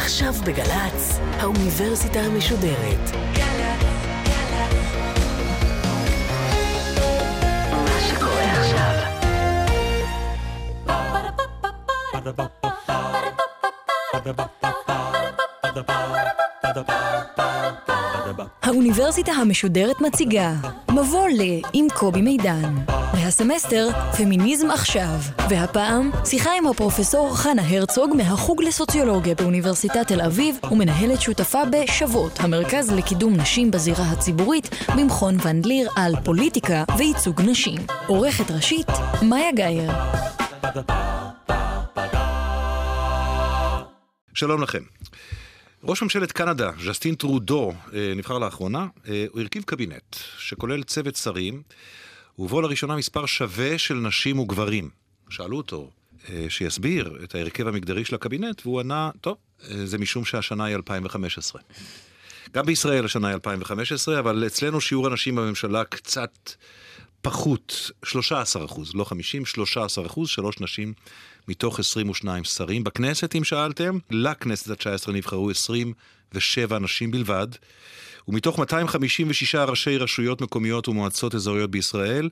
עכשיו בגלץ, האוניברסיטה המשודרת. מה שקורה עכשיו. האוניברסיטה המשודרת מציגה מבוא עם קובי מידן. והסמסטר פמיניזם עכשיו. והפעם שיחה עם הפרופסור חנה הרצוג מהחוג לסוציולוגיה באוניברסיטת תל אביב ומנהלת שותפה בשוות, המרכז לקידום נשים בזירה הציבורית במכון ון ליר, על פוליטיקה וייצוג נשים. עורכת ראשית מאיה גייר. שלום לכם. ראש ממשלת קנדה, ז'סטין טרודו, נבחר לאחרונה. הוא הרכיב קבינט שכולל צוות שרים, ובו לראשונה מספר שווה של נשים וגברים. שאלו אותו שיסביר את ההרכב המגדרי של הקבינט, והוא ענה, טוב, זה משום שהשנה היא 2015. גם בישראל השנה היא 2015, אבל אצלנו שיעור הנשים בממשלה קצת פחות, 13%, לא 50, 13%, 3 נשים מתוך 22 שרים. בכנסת, אם שאלתם, לכנסת ה-19 נבחרו 27 נשים בלבד, ומתוך 256 ראשי רשויות מקומיות ומועצות אזוריות בישראל,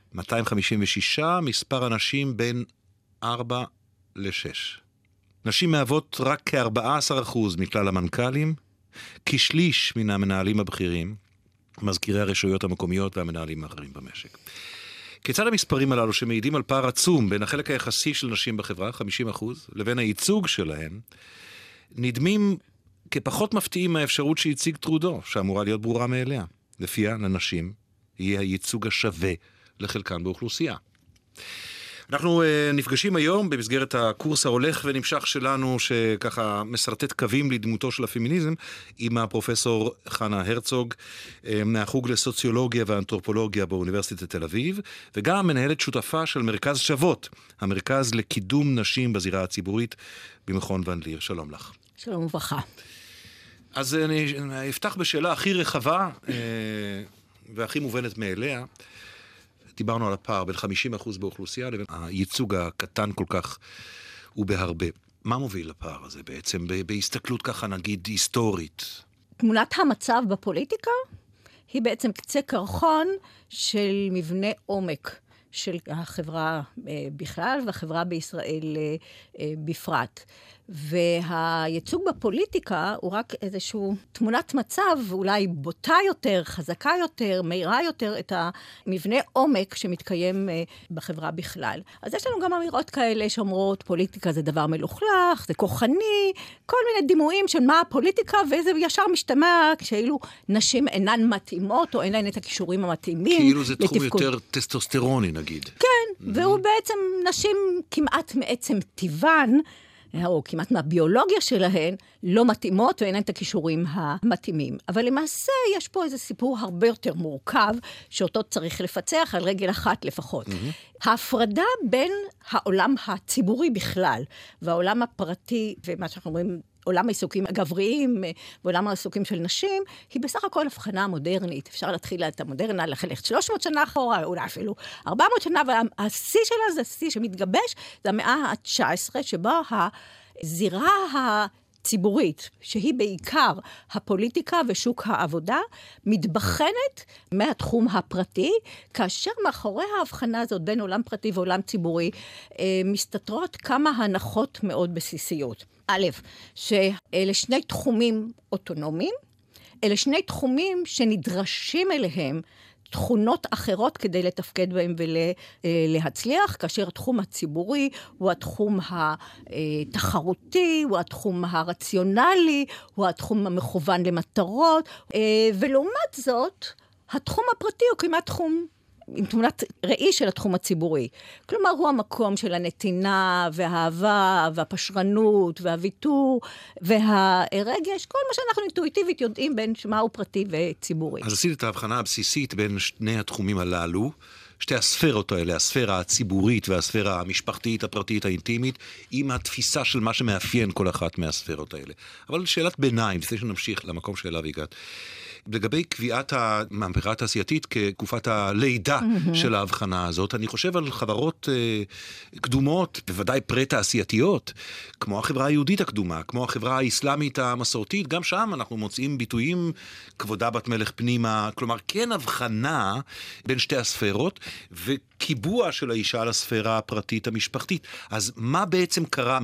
256 מספר הנשים בין 4 ל-6. נשים מהוות רק כ-14% מכלל המנכ"לים, כשליש מן המנהלים הבכירים, מזכירי הרשויות המקומיות והמנהלים האחרים במשק. כיצד המספרים הללו שמעידים על פער עצום בין החלק היחסי של נשים בחברה, 50%, לבין הייצוג שלהן, נדמים כפחות מפתיעים מהאפשרות שהציג טרודו, שאמורה להיות ברורה מאליה. לפיה לנשים יהיה הייצוג השווה לחלקן באוכלוסייה. אנחנו נפגשים היום במסגרת הקורס ההולך ונמשך שלנו, שככה מסרטט קווים לדמותו של הפמיניזם, עם הפרופסור חנה הרצוג מהחוג לסוציולוגיה ואנתרופולוגיה באוניברסיטת תל אביב, וגם מנהלת שותפה של מרכז שוות, המרכז לקידום נשים בזירה הציבורית במכון ון ליר. שלום לך. שלום וברכה. אז אני אפתח בשאלה הכי רחבה והכי מובנת מאליה. דיברנו על הפער בין 50% באוכלוסייה לבין הייצוג הקטן כל כך ובהרבה. מה מוביל לפער הזה בעצם, בהסתכלות ככה נגיד היסטורית? תמונת המצב בפוליטיקה היא בעצם קצה קרחון של מבנה עומק של החברה בכלל והחברה בישראל בפרט. והייצוג בפוליטיקה הוא רק איזשהו תמונת מצב, אולי בוטה יותר, חזקה יותר, מהירה יותר, את המבנה עומק שמתקיים בחברה בכלל. אז יש לנו גם אמירות כאלה שאומרות, פוליטיקה זה דבר מלוכלך, זה כוחני, כל מיני דימויים של מה הפוליטיקה, וזה ישר משתמע כשאילו נשים אינן מתאימות, או אין להן את הכישורים המתאימים. כאילו זה תחום יותר טסטוסטרוני נגיד. כן, והוא בעצם נשים כמעט מעצם טבען, או כמעט מהביולוגיה שלהן, לא מתאימות ואין את הכישורים המתאימים. אבל למעשה יש פה איזה סיפור הרבה יותר מורכב, שאותו צריך לפצח על רגל אחת לפחות. ההפרדה בין העולם הציבורי בכלל, והעולם הפרטי, ומה שאנחנו אומרים, עולם העיסוקים הגבריים ועולם העיסוקים של נשים, היא בסך הכל הבחנה מודרנית. אפשר להתחיל את המודרנה לחלק 300 שנה אחורה, אולי אפילו 400 שנה, אבל השיא שלה זה השיא שמתגבש, זה המאה ה-19, שבה הזירה הציבורית, שהיא בעיקר הפוליטיקה ושוק העבודה, מתבחנת מהתחום הפרטי, כאשר מאחורי ההבחנה הזאת בין עולם פרטי ועולם ציבורי, מסתתרות כמה הנחות מאוד בסיסיות. א', שאלה שני תחומים אוטונומיים, אלה שני תחומים שנדרשים אליהם תכונות אחרות כדי לתפקד בהם ולהצליח, כאשר התחום הציבורי הוא התחום התחרותי, הוא התחום הרציונלי, הוא התחום המכוון למטרות, ולעומת זאת, התחום הפרטי הוא כמעט תחום עם תמונת ראי של התחום הציבורי. כלומר, הוא המקום של הנתינה והאהבה והפשרנות והוויתור והרגש, כל מה שאנחנו אינטואיטיבית יודעים בין מה הוא פרטי וציבורי. אז עשית את ההבחנה הבסיסית בין שני התחומים הללו, שתי הספרות האלה, הספירה הציבורית והספירה המשפחתית, הפרטית, האינטימית, עם התפיסה של מה שמאפיין כל אחת מהספירות האלה. אבל שאלת ביניים, לפני שנמשיך למקום שאליו הגעת. לגבי קביעת המהפכה התעשייתית כתקופת הלידה של ההבחנה הזאת, אני חושב על חברות קדומות, בוודאי פרה-תעשייתיות, כמו החברה היהודית הקדומה, כמו החברה האסלאמית המסורתית, גם שם אנחנו מוצאים ביטויים כבודה בת מלך פנימה, כלומר כן הבחנה בין שתי הספרות, וקיבוע של האישה לספירה הפרטית המשפחתית. אז מה בעצם קרה?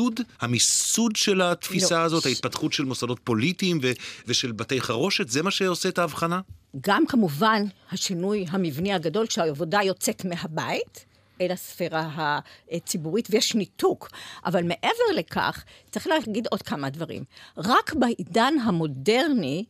המיסוד של התפיסה הזאת, ההתפתחות של מוסדות פוליטיים ושל בתי חרושת, זה מה שעושה את ההבחנה? גם כמובן השינוי המבני הגדול, שהעבודה יוצאת מהבית אל הספירה הציבורית, ויש ניתוק. אבל מעבר לכך, צריך להגיד עוד כמה דברים. רק בעידן המודרני,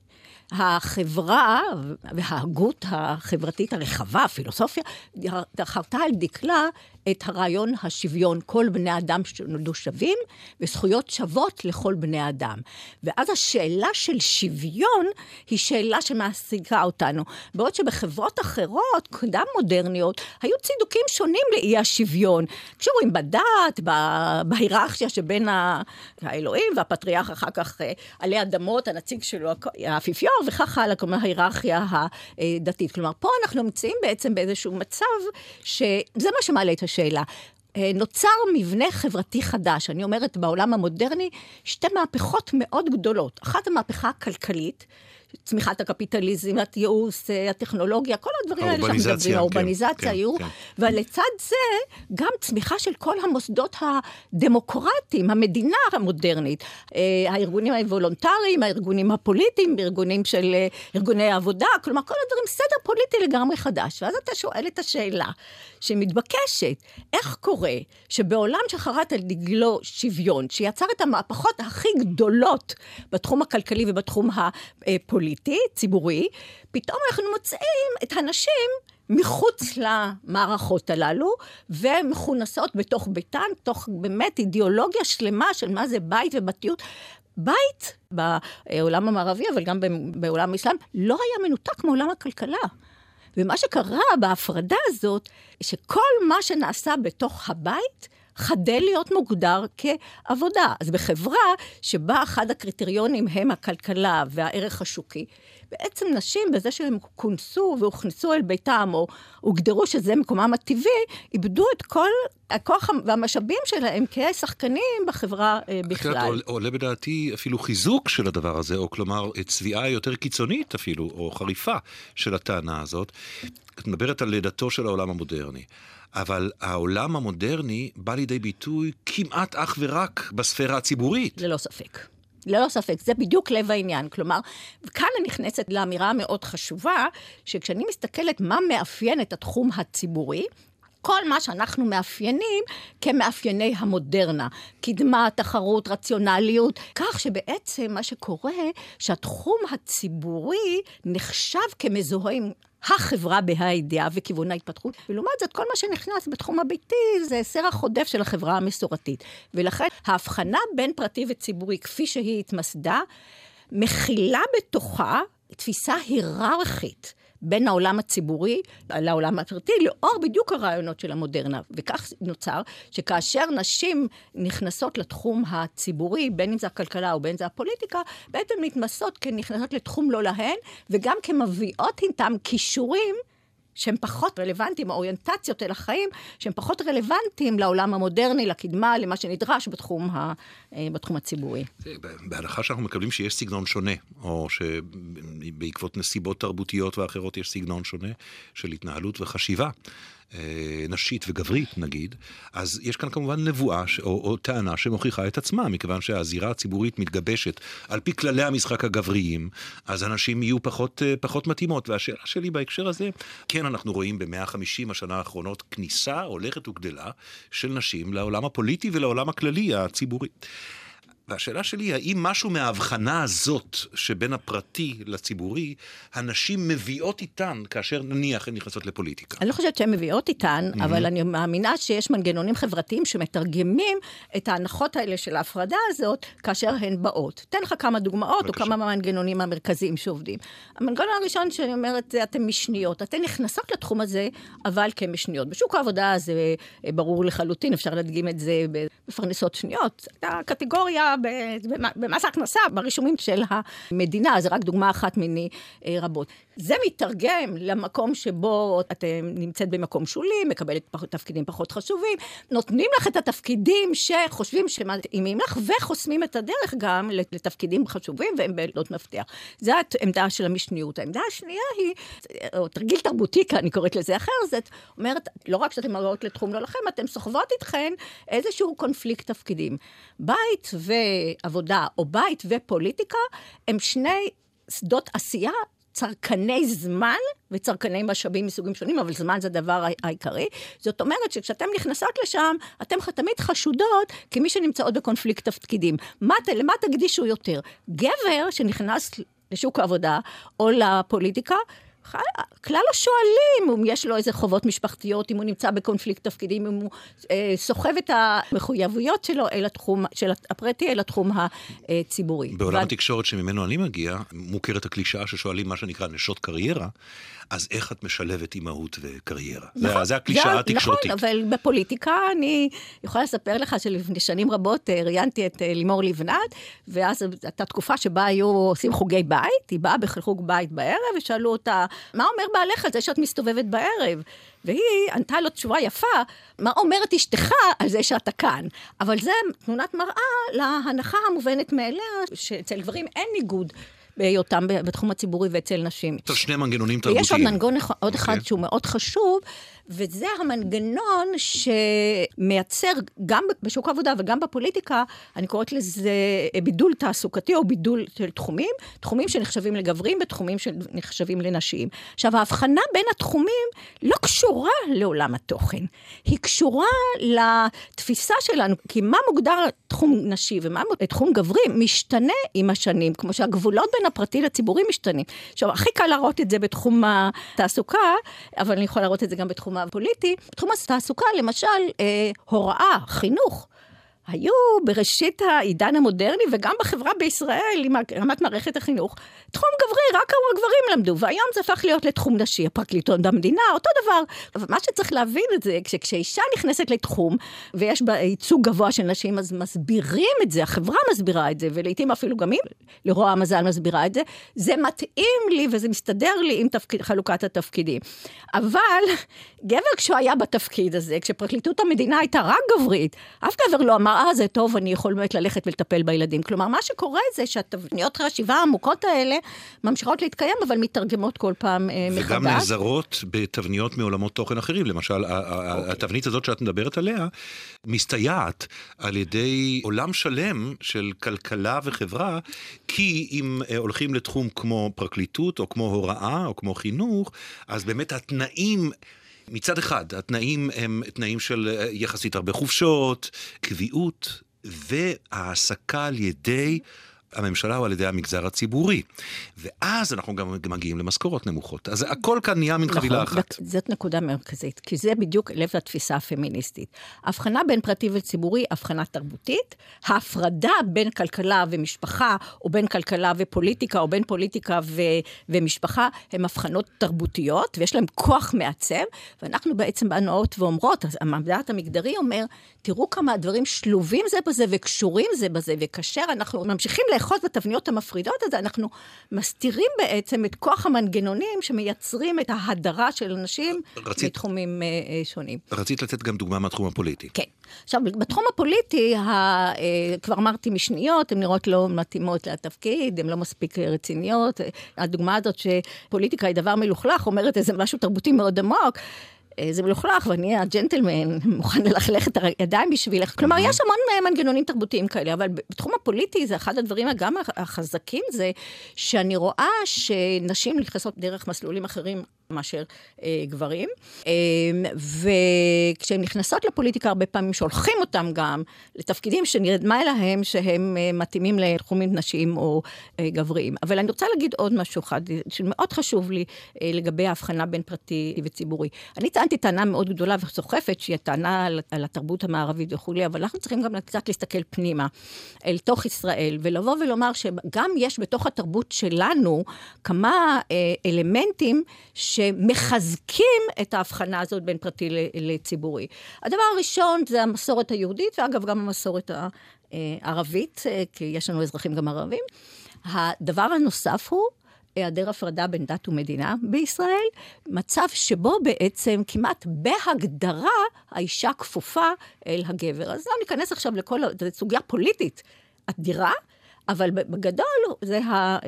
החברה וההגות החברתית הרחבה, הפילוסופיה, חרתה על דקלה את הרעיון השוויון, כל בני אדם שנולדו שווים, וזכויות שוות לכל בני אדם. ואז השאלה של שוויון היא שאלה שמעסיקה אותנו. בעוד שבחברות אחרות, קדם מודרניות, היו צידוקים שונים לאי השוויון. קשורים בדת, בהיררכיה שבין האלוהים, והפטריארך אחר כך עלי אדמות, הנציג שלו, האפיפיור, וכך הלאה, כלומר, ההיררכיה הדתית. כלומר, פה אנחנו נמצאים בעצם באיזשהו מצב שזה מה שמעלה את השאלה. נוצר מבנה חברתי חדש. אני אומרת, בעולם המודרני, שתי מהפכות מאוד גדולות. אחת המהפכה הכלכלית, צמיחת הקפיטליזם, התיעוש, הטכנולוגיה, כל הדברים האלה שאנחנו מדברים, האורבניזציה, ולצד זה גם צמיחה של כל המוסדות הדמוקרטיים, המדינה המודרנית, הארגונים הוולונטריים, הארגונים הפוליטיים, ארגוני העבודה, כלומר כל הדברים, סדר פוליטי לגמרי חדש. ואז אתה שואל את השאלה שמתבקשת, איך קורה שבעולם שחרת על דגלו שוויון, שיצר את המהפכות הכי גדולות בתחום הכלכלי ובתחום הפוליטי, ציבורי, פתאום אנחנו מוצאים את הנשים מחוץ למערכות הללו, ומכונסות בתוך ביתן, תוך באמת אידיאולוגיה שלמה של מה זה בית ובתיות. בית בעולם המערבי, אבל גם בעולם האסלאם, לא היה מנותק מעולם הכלכלה. ומה שקרה בהפרדה הזאת, שכל מה שנעשה בתוך הבית, חדל להיות מוגדר כעבודה. אז בחברה שבה אחד הקריטריונים הם הכלכלה והערך השוקי, בעצם נשים בזה שהם כונסו והוכנסו אל ביתם, או הוגדרו שזה מקומם הטבעי, איבדו את כל הכוח והמשאבים שלהם כשחקנים בחברה בכלל. עולה בדעתי אפילו חיזוק של הדבר הזה, או כלומר צביעה יותר קיצונית אפילו, או חריפה של הטענה הזאת. את מדברת על לידתו של העולם המודרני. אבל העולם המודרני בא לידי ביטוי כמעט אך ורק בספירה הציבורית. ללא ספק. ללא ספק, זה בדיוק לב העניין. כלומר, כאן אני נכנסת לאמירה מאוד חשובה, שכשאני מסתכלת מה מאפיין את התחום הציבורי, כל מה שאנחנו מאפיינים כמאפייני המודרנה, קדמה, תחרות, רציונליות, כך שבעצם מה שקורה, שהתחום הציבורי נחשב כמזוהה עם החברה בהידיעה וכיוון ההתפתחות, ולעומת זאת כל מה שנכנס בתחום הביתי זה סרח עודף של החברה המסורתית, ולכן ההבחנה בין פרטי וציבורי כפי שהיא התמסדה, מכילה בתוכה תפיסה היררכית, בין העולם הציבורי לעולם הפרטי, לאור בדיוק הרעיונות של המודרנה. וכך נוצר שכאשר נשים נכנסות לתחום הציבורי, בין אם זה הכלכלה או בין זה הפוליטיקה, בעצם מתמסות כנכנסות לתחום לא להן, וגם כמביאות איתם כישורים שהם פחות רלוונטיים, האוריינטציות אל החיים, שהם פחות רלוונטיים לעולם המודרני, לקדמה, למה שנדרש בתחום הציבורי. בהנחה שאנחנו מקבלים שיש סגנון שונה, או שבעקבות נסיבות תרבותיות ואחרות יש סגנון שונה של התנהלות וחשיבה, נשית וגברית נגיד, אז יש כאן כמובן נבואה או טענה שמוכיחה את עצמה, מכיוון שהזירה הציבורית מתגבשת על פי כללי המשחק הגבריים, אז אנשים יהיו פחות מתאימות. והשאלה שלי בהקשר הזה, כן אנחנו רואים ב-150 השנה האחרונות כניסה הולכת וגדלה של נשים לעולם הפוליטי ולעולם הכללי הציבורי. והשאלה שלי, האם משהו מההבחנה הזאת שבין הפרטי לציבורי, הנשים מביאות איתן כאשר נניח הן נכנסות לפוליטיקה? אני לא חושבת שהן מביאות איתן, אבל אני מאמינה שיש מנגנונים חברתיים שמתרגמים את ההנחות האלה של ההפרדה הזאת, כאשר הן באות. תן לך כמה דוגמאות, או כמה מהמנגנונים המרכזיים שעובדים. המנגנון הראשון שאני אומרת, זה אתן משניות. אתן נכנסות לתחום הזה, אבל כמשניות. בשוק העבודה זה ברור לחלוטין, אפשר להדגים את זה בפרנסות שניות. הקטגוריה במס הכנסה, ברישומים של המדינה, זה רק דוגמה אחת מיני רבות. זה מתרגם למקום שבו אתם נמצאת במקום שולי, מקבלת תפקידים פחות חשובים, נותנים לך את התפקידים שחושבים שמתאימים לך, וחוסמים את הדרך גם לתפקידים חשובים, והם בעלות מפתח. זו העמדה של המשניות. העמדה השנייה היא, או תרגיל תרבותי, אני קוראת לזה אחר, זאת אומרת, לא רק שאתם מראות לתחום לא לכם, אתם סוחבות איתכן איזשהו קונפליקט תפקידים. בית ועבודה, או בית ופוליטיקה, הם שני שדות עשייה, צרכני זמן וצרכני משאבים מסוגים שונים, אבל זמן זה הדבר העיקרי. זאת אומרת שכשאתם נכנסות לשם, אתם תמיד חשודות כמי שנמצאות בקונפליקט תפקידים. למה תקדישו יותר? גבר שנכנס לשוק העבודה או לפוליטיקה, כלל השואלים, אם יש לו איזה חובות משפחתיות, אם הוא נמצא בקונפליקט תפקידים, אם הוא סוחב את המחויבויות שלו אל התחום, של הפרטי אל התחום הציבורי. בעולם התקשורת שממנו אני מגיע, מוכרת הקלישאה ששואלים מה שנקרא נשות קריירה, אז איך את משלבת אימהות וקריירה? זה הקלישאה התקשורתית. נכון, אבל בפוליטיקה אני יכולה לספר לך שלפני שנים רבות ראיינתי את לימור לבנת, ואז הייתה תקופה שבה היו עושים חוגי בית, היא באה בחוג בית בערב, ושאלו אותה, מה אומר בעליך על זה שאת מסתובבת בערב? והיא ענתה לו תשובה יפה, מה אומרת אשתך על זה שאתה כאן? אבל זה תמונת מראה להנחה המובנת מאליה, שאצל גברים אין ניגוד בהיותם בתחום הציבורי ואצל נשים. טוב, שני מנגנונים תרבותיים. ויש עוד מנגנון עוד אחד שהוא מאוד חשוב, וזה המנגנון שמייצר גם בשוק העבודה וגם בפוליטיקה, אני קוראת לזה בידול תעסוקתי או בידול של תחומים שנחשבים לגברים ותחומים שנחשבים לנשים. עכשיו, ההבחנה בין התחומים לא קשורה לעולם התוכן. היא קשורה לתפיסה שלנו, כי מה מוגדר תחום נשי ומה תחום גברי משתנה עם השנים, כמו שהגבולות בין הפרטי לציבורי משתנים. עכשיו, הכי קל להראות את זה בתחום התעסוקה, אבל אני יכולה להראות את זה גם בתחום הפוליטי. בתחום התעסוקה, למשל, הוראה, חינוך, היו בראשית העידן המודרני, וגם בחברה בישראל, עם רמת מערכת החינוך, תחום גברי, רק הגברים למדו, והיום זה הפך להיות לתחום נשי, הפרקליטות במדינה, אותו דבר. אבל מה שצריך להבין את זה, כשאישה נכנסת לתחום, ויש בה ייצוג גבוה של נשים, אז מסבירים את זה, החברה מסבירה את זה, ולעיתים אפילו גם אם לרוע המזל מסבירה את זה, זה מתאים לי, וזה מסתדר לי עם חלוקת התפקידים. אבל גבר כשהוא היה בתפקיד הזה, כשפרקליטות המדינה הייתה רק גברית, אף גבר לא אמר, זה טוב, אני יכול באמת ללכת ולטפל בילדים. כלומר, מה שקורה זה שהתבניות חשיבה העמוקות האלה ממשיכות להתקיים, אבל מתרגמות כל פעם מחדש. וגם נעזרות בתבניות מעולמות תוכן אחרים. למשל, התבנית הזאת שאת מדברת עליה, מסתייעת על ידי עולם שלם של כלכלה וחברה, כי אם הולכים לתחום כמו פרקליטות, או כמו הוראה, או כמו חינוך, אז באמת התנאים מצד אחד, התנאים הם תנאים של יחסית הרבה חופשות, קביעות והעסקה על ידי הממשלה או על ידי המגזר הציבורי. ואז אנחנו גם מגיעים למשכורות נמוכות. אז הכל כאן נהיה מן חבילה אחת. זאת נקודה מרכזית, כי זה בדיוק לב התפיסה הפמיניסטית. ההבחנה בין פרטי וציבורי, הבחנה תרבותית, ההפרדה בין כלכלה ומשפחה, או בין כלכלה ופוליטיקה, או בין פוליטיקה ומשפחה, הן הבחנות תרבותיות, ויש להן כוח מעצב, ואנחנו בעצם באות ואומרות, המבט המגדרי אומר, תראו כמה הדברים שלובים זה בזה, וקשורים זה בזה, וכאשר אנחנו ממשיכים לאחוז בתבניות המפרידות הזה, אנחנו מסתירים בעצם את כוח המנגנונים שמייצרים את ההדרה של אנשים בתחומים שונים. רצית לתת גם דוגמה מהתחום הפוליטי. כן. עכשיו, בתחום הפוליטי, כבר אמרתי משניות, הן נראות לא מתאימות לתפקיד, הן לא מספיק רציניות. הדוגמה הזאת שפוליטיקה היא דבר מלוכלך, אומרת איזה משהו תרבותי מאוד עמוק, זה מלוכלך, ואני הג'נטלמן, מוכן ללכלך את הידיים בשבילך. כלומר, יש המון מנגנונים תרבותיים כאלה, אבל בתחום הפוליטי, זה אחד הדברים גם החזקים, זה שאני רואה שנשים נכנסות דרך מסלולים אחרים מאשר גברים, וכשהן נכנסות לפוליטיקה, הרבה פעמים שולחים אותם גם לתפקידים שנרדמה להם שהם מתאימים לתחומים נשים או גבריים. אבל אני רוצה להגיד עוד משהו אחד, שמאוד חשוב לי לגבי ההבחנה בין פרטי וציבורי. אני טענתי טענה מאוד גדולה וסוחפת, שהיא טענה על התרבות המערבית וכולי, אבל אנחנו צריכים גם קצת להסתכל פנימה, אל תוך ישראל, ולבוא ולומר שגם יש בתוך התרבות שלנו כמה אלמנטים שמחזקים את ההבחנה הזאת בין פרטי לציבורי. הדבר הראשון זה המסורת היהודית, ואגב גם המסורת ערבית, כי יש לנו אזרחים גם ערבים. הדבר הנוסף הוא, היעדר הפרדה בין דת ומדינה בישראל, מצב שבו בעצם כמעט בהגדרה האישה כפופה אל הגבר. אז לא ניכנס עכשיו לכל, זו סוגיה פוליטית אדירה, אבל בגדול זה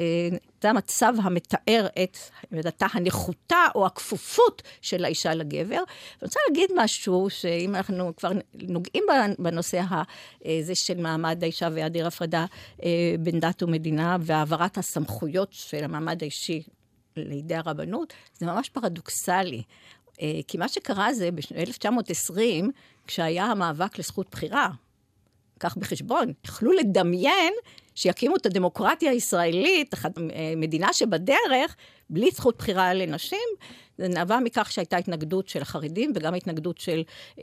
המצב המתאר את דתה הנחותה או הכפופות של האישה לגבר. ואני רוצה להגיד משהו שאם אנחנו כבר נוגעים בנושא הזה של מעמד האישה והיעדר הפרדה בין דת ומדינה והעברת הסמכויות של המעמד האישי לידי הרבנות, זה ממש פרדוקסלי. כי מה שקרה זה ב-1920, כשהיה המאבק לזכות בחירה, כך בחשבון, יכלו לדמיין שיקימו את הדמוקרטיה הישראלית, מדינה שבדרך, בלי זכות בחירה לנשים, זה נבע מכך שהייתה התנגדות של החרדים, וגם התנגדות של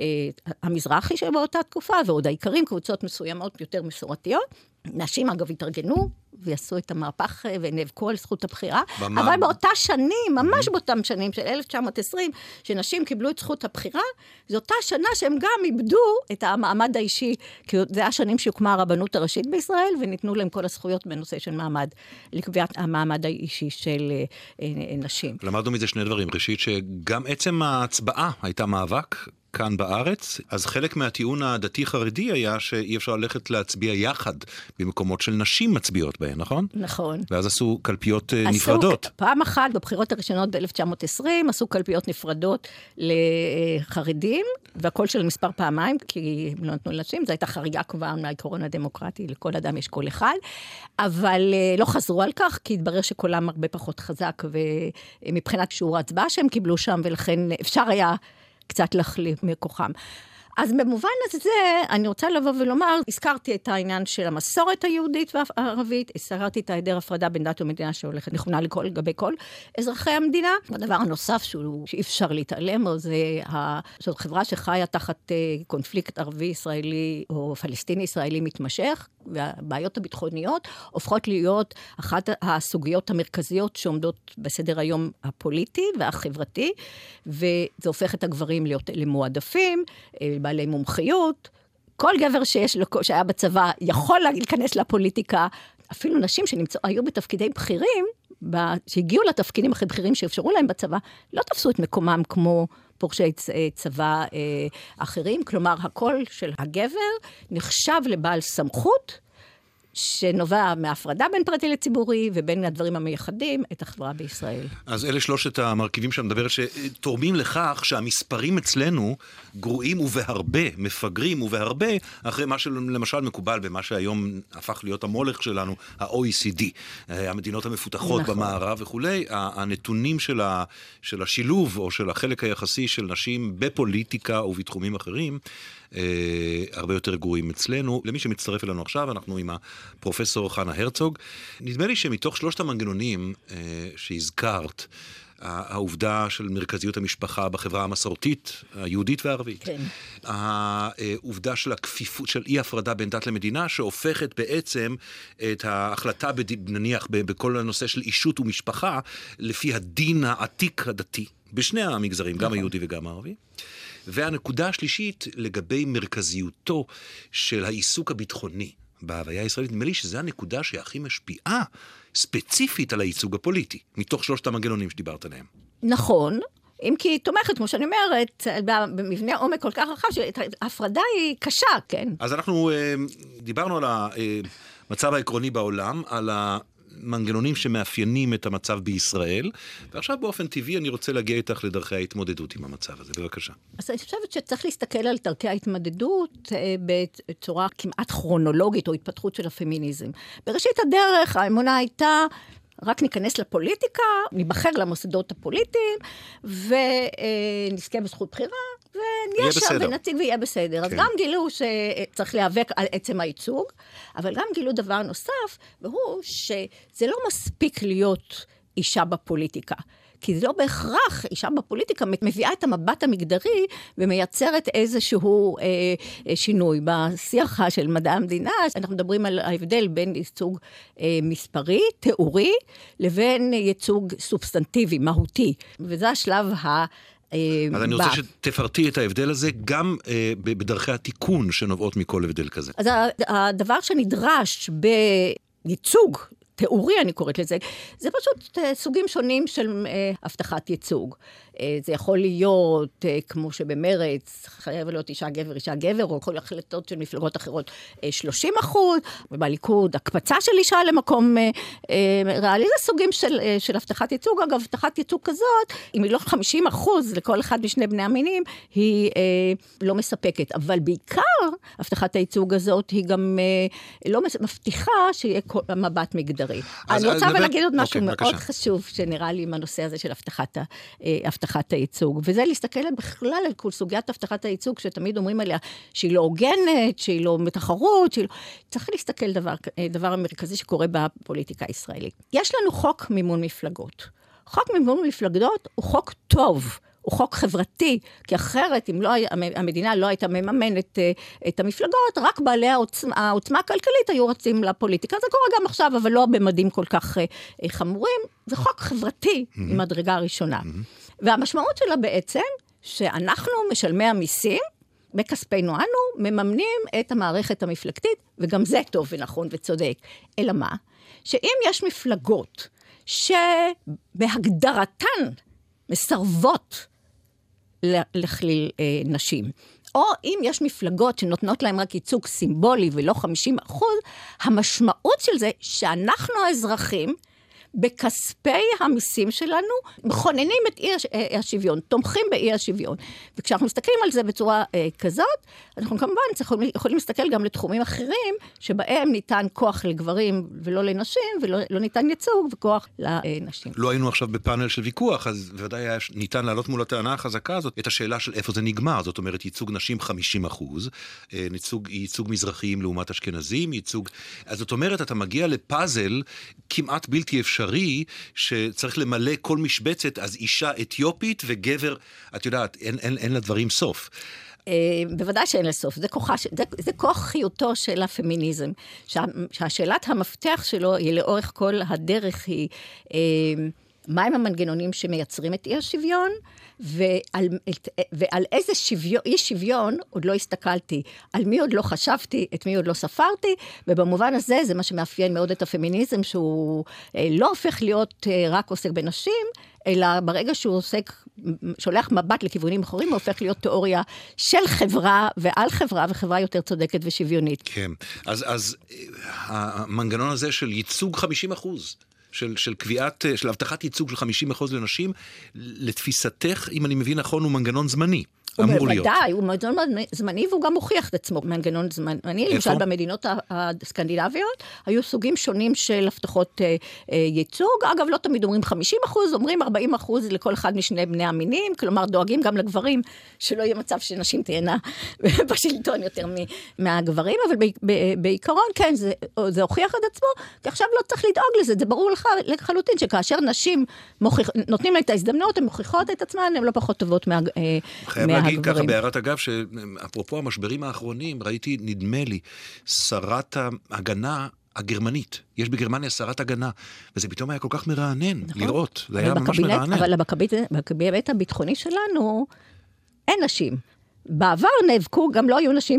המזרחי שבאותה תקופה, ועוד העיקרים, קבוצות מסוימות יותר מסורתיות. נשים אגב התארגנו, ויעשו את המהפך ונאבקו על זכות הבחירה, אבל באותה שנים, ממש באותם שנים של 1920, שנשים קיבלו את זכות הבחירה, זו אותה שנה שהם גם איבדו את המעמד האישי, כי זה השנים שהוקמה הרבנות הראשית בישראל, וניתנו להם כל הזכויות בנושא של מעמד, לקביעת המעמד האישי של נשים. למדנו מזה שני דברים. ראשית, שגם עצם ההצבעה הייתה מאבק, כאן בארץ, אז חלק מהטיעון הדתי-חרדי היה שאי אפשר ללכת להצביע יחד במקומות של נשים מצביעות בהן, נכון? נכון. ואז עשו קלפיות נפרדות. פעם אחת, בבחירות הראשונות ב-1920, עשו קלפיות נפרדות לחרדים, והכל של מספר פעמיים, כי הם לא נתנו לנשים, זו הייתה חריגה כבר מהעיקרון הדמוקרטי, לכל אדם יש קול אחד, אבל לא חזרו על כך, כי התברר שקולם הרבה פחות חזק, ומבחינת שיעור ההצבעה שהם קיבלו שם, ולכן אפשר היה קצת להחליף מכוחם. אז במובן הזה, אני רוצה לבוא ולומר, הזכרתי את העניין של המסורת היהודית והערבית, הזכרתי את היעדר הפרדה בין דת ומדינה שהולכת נכונה לגבי כל אזרחי המדינה. הדבר הנוסף שאי אפשר להתעלם, זאת חברה שחיה תחת קונפליקט ערבי-ישראלי או פלסטיני-ישראלי מתמשך, והבעיות הביטחוניות הופכות להיות אחת הסוגיות המרכזיות שעומדות בסדר היום הפוליטי והחברתי, וזה הופך את הגברים להיות למועדפים, בעלי מומחיות. כל גבר שהיה בצבא יכול להיכנס לפוליטיקה, אפילו נשים היו בתפקידי בכירים, שהגיעו לתפקידים הכי בכירים שאפשרו להם בצבא, לא תפסו את מקומם כמו פורשי צבא אחרים. כלומר, הקול של הגבר נחשב לבעל סמכות, שנובע מהפרדה בין פרטי לציבורי, ובין הדברים המייחדים את החברה בישראל. אז אלה שלושת המרכיבים שאני מדברת, שתורמים לכך שהמספרים אצלנו גרועים ובהרבה, מפגרים ובהרבה, אחרי מה שלמשל מקובל במה שהיום הפך להיות המולך שלנו, ה-OECD, המדינות המפותחות נכון. במערב וכולי, הנתונים של השילוב, או של החלק היחסי של נשים בפוליטיקה ובתחומים אחרים, הרבה יותר גרועים אצלנו. למי שמצטרף אלינו עכשיו, אנחנו עם הפרופסור חנה הרצוג. נדמה לי שמתוך שלושת המנגנונים שהזכרת, העובדה של מרכזיות המשפחה בחברה המסורתית, היהודית והערבית, כן. העובדה של הכפיפות, של אי הפרדה בין דת למדינה, שהופכת בעצם את ההחלטה, נניח, בכל הנושא של אישות ומשפחה, לפי הדין העתיק הדתי, בשני המגזרים, גם היהודי וגם הערבי. והנקודה השלישית, לגבי מרכזיותו של העיסוק הביטחוני בהוויה הישראלית, נדמה לי שזו הנקודה שהכי משפיעה ספציפית על הייצוג הפוליטי, מתוך שלושת המנגנונים שדיברת עליהם. נכון, אם כי היא תומכת, כמו שאני אומרת, במבנה עומק כל כך רחב, שההפרדה היא קשה, כן? אז אנחנו דיברנו על המצב העקרוני בעולם, על מנגנונים שמאפיינים את המצב בישראל, ועכשיו באופן טבעי אני רוצה להגיע איתך לדרכי ההתמודדות עם המצב הזה. בבקשה. אז אני חושבת שצריך להסתכל על דרכי ההתמודדות בצורה כמעט כרונולוגית או התפתחות של הפמיניזם. בראשית הדרך האמונה הייתה רק ניכנס לפוליטיקה, ניבחר למוסדות הפוליטיים, ונזכה בזכות בחירה, ונהיה שם ונציג ויהיה בסדר. כן. אז גם גילו שצריך להיאבק על עצם הייצוג, אבל גם גילו דבר נוסף, והוא שזה לא מספיק להיות אישה בפוליטיקה. כי זה לא בהכרח, אישה בפוליטיקה מביאה את המבט המגדרי ומייצרת איזשהו שינוי. בשיח של מדע המדינה, אנחנו מדברים על ההבדל בין ייצוג מספרי, תיאורי, לבין ייצוג סובסטנטיבי, מהותי. וזה השלב אז אני רוצה שתפרטי את ההבדל הזה גם בדרכי התיקון שנובעות מכל הבדל כזה. אז הדבר שנדרש בייצוג, תיאורי אני קוראת לזה, זה פשוט סוגים שונים של הבטחת ייצוג. זה יכול להיות, כמו שבמרץ, חייב להיות אישה גבר, או כל החלטות של מפלגות אחרות 30%, ובליכוד, הקפצה של אישה למקום ריאלי, זה סוגים של הבטחת ייצוג. אגב, הבטחת ייצוג כזאת, אם היא לא 50% לכל אחד משני בני המינים, היא לא מספקת. אבל בעיקר, הבטחת הייצוג הזאת, היא גם לא מבטיחה שיהיה מבט מגדרי. אני רוצה להגיד עוד משהו מאוד חשוב, שנראה לי עם הנושא הזה של הבטחת הייצוג, וזה להסתכל בכלל על כל סוגיית הבטחת הייצוג, שתמיד אומרים עליה שהיא לא הוגנת, שהיא לא מתחרות, צריך להסתכל דבר המרכזי שקורה בפוליטיקה הישראלית. יש לנו חוק מימון מפלגות. חוק מימון מפלגות הוא חוק טוב, הוא חוק חברתי, כי אחרת, אם המדינה לא הייתה מממנת את המפלגות, רק בעלי העוצמה הכלכלית היו רצים לפוליטיקה. זה קורה גם עכשיו, אבל לא במדים כל כך חמורים. זה חוק חברתי ממדרגה הראשונה. והמשמעות שלה בעצם, שאנחנו משלמי המיסים, בכספינו אנו, מממנים את המערכת המפלגתית, וגם זה טוב ונכון וצודק. אלא מה? שאם יש מפלגות שבהגדרתן מסרבות לכליל נשים, או אם יש מפלגות שנותנות להם רק ייצוג סימבולי ולא 50%, המשמעות של זה שאנחנו האזרחים, בכספי המיסים שלנו, מכוננים את אי השוויון, תומכים באי השוויון. וכשאנחנו מסתכלים על זה בצורה כזאת, אנחנו כמובן יכולים להסתכל גם לתחומים אחרים, שבהם ניתן כוח לגברים ולא לנשים, ולא ניתן ייצוג וכוח לנשים. לא היינו עכשיו בפאנל של ויכוח, אז ודאי ניתן להעלות מול הטענה החזקה הזאת, את השאלה של איפה זה נגמר. זאת אומרת, ייצוג נשים 50%, ייצוג מזרחיים לעומת אשכנזים, אז זאת אומרת, אתה מגיע לפאזל כמעט בלתי אפשרי, שצריך למלא כל משבצת, אז אישה אתיופית וגבר, את יודעת, אין לדברים סוף. בוודאי שאין לסוף, זה כוח חיותו של הפמיניזם, שהשאלת המפתח שלו היא לאורך כל הדרך היא, מהם המנגנונים שמייצרים את אי השוויון, ועל איזה אי שוויון עוד לא הסתכלתי, על מי עוד לא חשבתי, את מי עוד לא ספרתי, ובמובן הזה זה מה שמאפיין מאוד את הפמיניזם, שהוא לא הופך להיות רק עוסק בנשים, אלא ברגע שהוא שולח מבט לכיוונים אחרים, הוא הופך להיות תיאוריה של חברה ועל חברה, וחברה יותר צודקת ושוויונית. כן, אז המנגנון הזה של ייצוג 50%, של קביעת, של הבטחת ייצוג של 50% לנשים, לתפיסתך, אם אני מבין נכון, הוא מנגנון זמני. אמור להיות. ודאי, הוא מנגנון זמני, והוא גם מוכיח את עצמו מנגנון זמני. למשל, במדינות הסקנדינביות, היו סוגים שונים של הבטחות ייצוג. אגב, לא תמיד אומרים 50%, אומרים 40% לכל אחד משני בני המינים, כלומר, דואגים גם לגברים, שלא יהיה מצב שנשים תהיינה בשלטון יותר מהגברים, אבל בעיקרון, כן, זה הוכיח את עצמו, כי עכשיו לא צריך לדאוג לזה, זה ברור לך לחלוטין, שכאשר נשים נותנים לה את ההזדמנות, הן מוכיחות את עצמן, הן לא פחות טובות להגיד ככה בהערת אגב, שאפרופו המשברים האחרונים, ראיתי, נדמה לי, שרת ההגנה הגרמנית. יש בגרמניה שרת הגנה, וזה פתאום היה כל כך מרענן לראות. זה היה ממש מרענן. אבל בקבינט הביטחוני שלנו אין נשים. בעבר נאבקו, גם לא היו נשים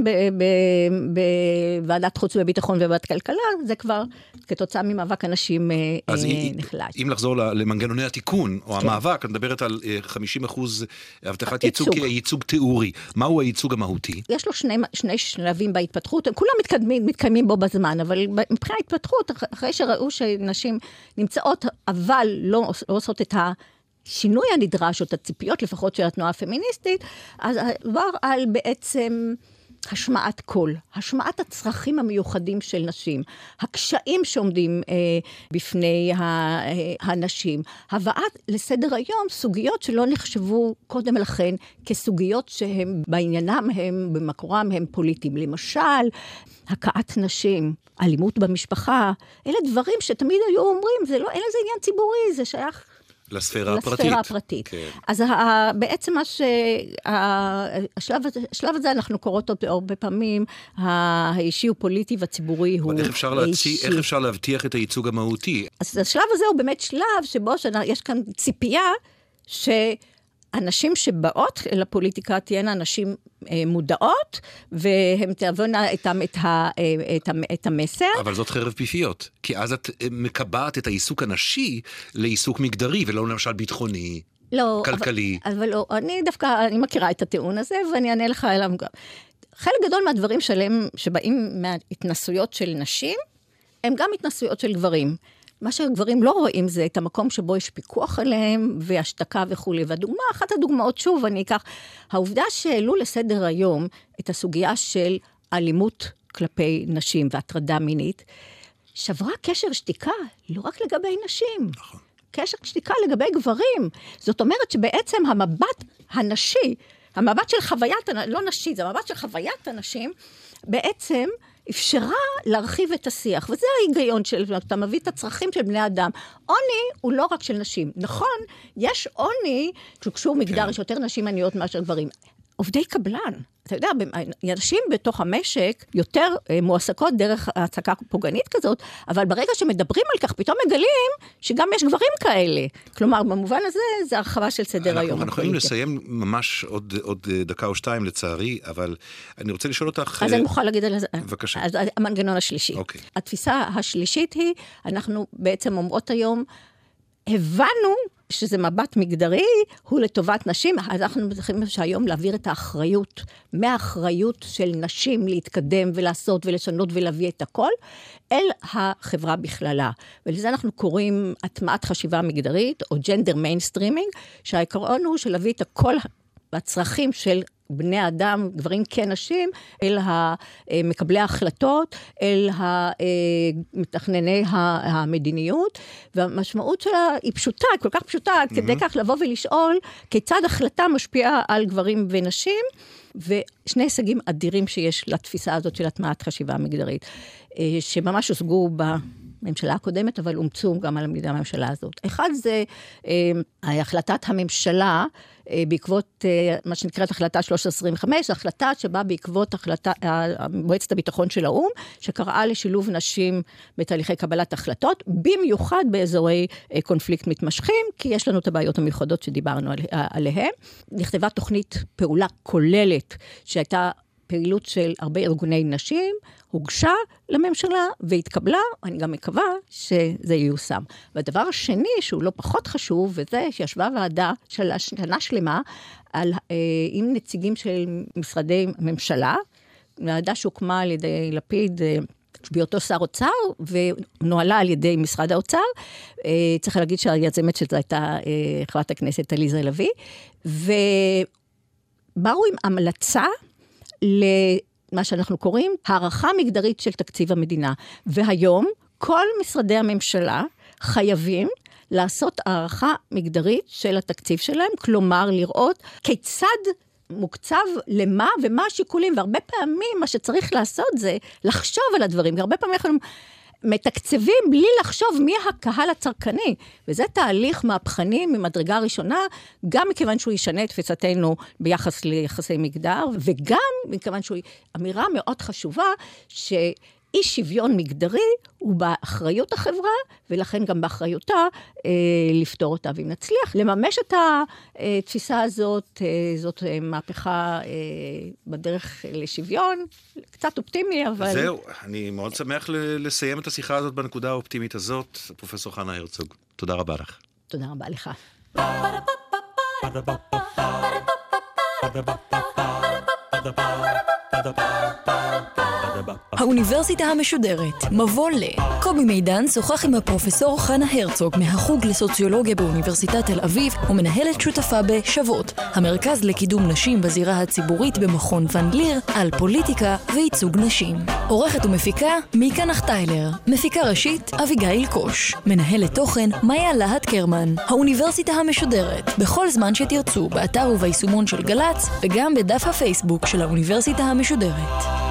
בוועדת חוץ וביטחון ובוועדת כלכלה, זה כבר כתוצאה ממאבק הנשים נחלש. אם לחזור למנגנוני התיקון, או המאבק, את מדברת על 50% הבטחת ייצוג כייצוג תיאורי. מהו הייצוג המהותי? יש לו שני שלבים בהתפתחות, הם כולם מתקיימים בו בזמן, אבל מבחינת ההתפתחות, אחרי שראו שנשים נמצאות, אבל לא עושות את השינוי הנדרש, או את הציפיות לפחות של התנועה הפמיניסטית, אז עבר על בעצם השמעת קול, השמעת הצרכים המיוחדים של נשים, הקשיים שעומדים בפני הנשים, הבאת לסדר היום סוגיות שלא נחשבו קודם לכן כסוגיות שהן בעניינם, הם במקורם, הם פוליטיים. למשל, הכאת נשים, אלימות במשפחה, אלה דברים שתמיד היו אומרים, אין לזה עניין ציבורי, זה שייך לספירה הפרטית. כן. אז בעצם השלב הזה אנחנו קוראות אותו הרבה פעמים, האישי הוא פוליטי והציבורי הוא אישי. איך אפשר להבטיח את הייצוג המהותי? אז השלב הזה הוא באמת שלב שבו יש כאן ציפייה שהנשים שבאות לפוליטיקה תהיינה נשים מודעות, והן תעבונה את המסר. אבל זאת חרב פיפיות, כי אז את מקבעת את העיסוק הנשי לעיסוק מגדרי, ולא למשל ביטחוני, לא, כלכלי. אבל לא, אני מכירה את הטיעון הזה, ואני אענה לך אליו גם. חלק גדול מהדברים שבאים מהתנסויות של נשים, הם גם התנסויות של גברים. מה שהגברים לא רואים זה את המקום שבו יש פיקוח עליהם, והשתקה וכו'. והדוגמה, אחת הדוגמאות, שוב, אני אקח, העובדה שהעלו לסדר היום את הסוגיה של אלימות כלפי נשים והטרדה מינית, שברה קשר שתיקה, לא רק לגבי נשים. נכון. קשר שתיקה לגבי גברים. זאת אומרת שבעצם המבט הנשי, המבט של חוויית, לא נשי, זה המבט של חוויית הנשים, בעצם אפשרה להרחיב את השיח. וזה ההיגיון של, אתה מביא את הצרכים של בני אדם. עוני הוא לא רק של נשים. נכון, יש עוני, כשקשור מגדר, יש יותר נשים עניות מאשר גברים. עובדי קבלן. אתה יודע, נשים בתוך המשק יותר מועסקות דרך העסקה פוגענית כזאת, אבל ברגע שמדברים על כך, פתאום מגלים שגם יש גברים כאלה. כלומר, במובן הזה, זה הרחבה של סדר היום. אנחנו יכולים לסיים ממש עוד דקה או שתיים לצערי, אבל אני רוצה לשאול אותך... אז אני מוכרחה להגיד על זה. בבקשה. אז המנגנון השלישי. אוקיי. התפיסה השלישית היא, אנחנו בעצם אומרות היום, הבנו שזה מבט מגדרי, הוא לטובת נשים, אז אנחנו צריכים שהיום להעביר את האחריות, מהאחריות של נשים להתקדם ולעשות ולשנות ולהביא את הכל, אל החברה בכללה. ולזה אנחנו קוראים הטמעת חשיבה מגדרית, או ג'נדר מיינסטרימינג, שהעיקרון הוא של להביא את הכל הצרכים של בני אדם, גברים כנשים, אל מקבלי ההחלטות, אל מתכנני המדיניות, והמשמעות שלה היא פשוטה, כל כך פשוטה, כדי כך לבוא ולשאול כיצד החלטה משפיעה על גברים ונשים, ושני הישגים אדירים שיש לתפיסה הזאת של הטמעת חשיבה מגדרית, שממש הושגו בממשלה הקודמת, אבל אומצו גם על הממשלה הזאת. אחד זה החלטת הממשלה, בעקבות מה שנקראת החלטה 1325, החלטה שבאה בעקבות מועצת הביטחון של האו"ם, שקראה לשילוב נשים בתהליכי קבלת החלטות, במיוחד באזורי קונפליקט מתמשכים, כי יש לנו את הבעיות המיוחדות שדיברנו עליהן. נכתבה תוכנית פעולה כוללת, שהייתה פעילות של הרבה ארגוני נשים, הוגשה לממשלה והתקבלה, אני גם מקווה שזה ייושם. והדבר השני, שהוא לא פחות חשוב, וזה שישבה ועדה של שנה שלמה, עם נציגים של משרדי ממשלה, ועדה שהוקמה על ידי לפיד, בהיותו שר אוצר, ונוהלה על ידי משרד האוצר. צריך להגיד שהיזמת שזו הייתה חברת הכנסת עליזה לביא, ובאו עם המלצה למה שאנחנו קוראים הערכה מגדרית של תקציב המדינה. והיום כל משרדי הממשלה חייבים לעשות הערכה מגדרית של התקציב שלהם, כלומר לראות כיצד מוקצב למה ומה השיקולים, והרבה פעמים מה שצריך לעשות זה לחשוב על הדברים, והרבה פעמים אנחנו מתקצבים בלי לחשוב מי הקהל הצרכני, וזה תהליך מהפכני ממדרגה ראשונה, גם מכיוון שהוא ישנה את תפיסתנו ביחס ליחסי מגדר, וגם מכיוון שהוא אמירה מאוד חשובה, שאי שוויון מגדרי הוא באחריות החברה, ולכן גם באחריותה לפתור אותה. ואם נצליח לממש את התפיסה הזאת, זאת מהפכה בדרך לשוויון, קצת אופטימי, אבל... זהו, אני מאוד שמח לסיים את השיחה הזאת בנקודה האופטימית הזאת. פרופסור חנה הרצוג, תודה רבה לך. תודה רבה לך. האוניברסיטה המשודרת, מבוא ל. קובי מידן שוחח עם הפרופסור חנה הרצוג מהחוג לסוציולוגיה באוניברסיטת תל אביב ומנהלת שותפה בשוות, המרכז לקידום נשים בזירה הציבורית במכון ון ליר, על פוליטיקה וייצוג נשים. עורכת ומפיקה מיקה נחטיילר, מפיקה ראשית אביגיל קוש, מנהלת תוכן מאיה להט קרמן. האוניברסיטה המשודרת, בכל זמן שתרצו, באתר וביישומון של גלץ וגם בדף הפייסבוק של האוניברסיטה המשודרת.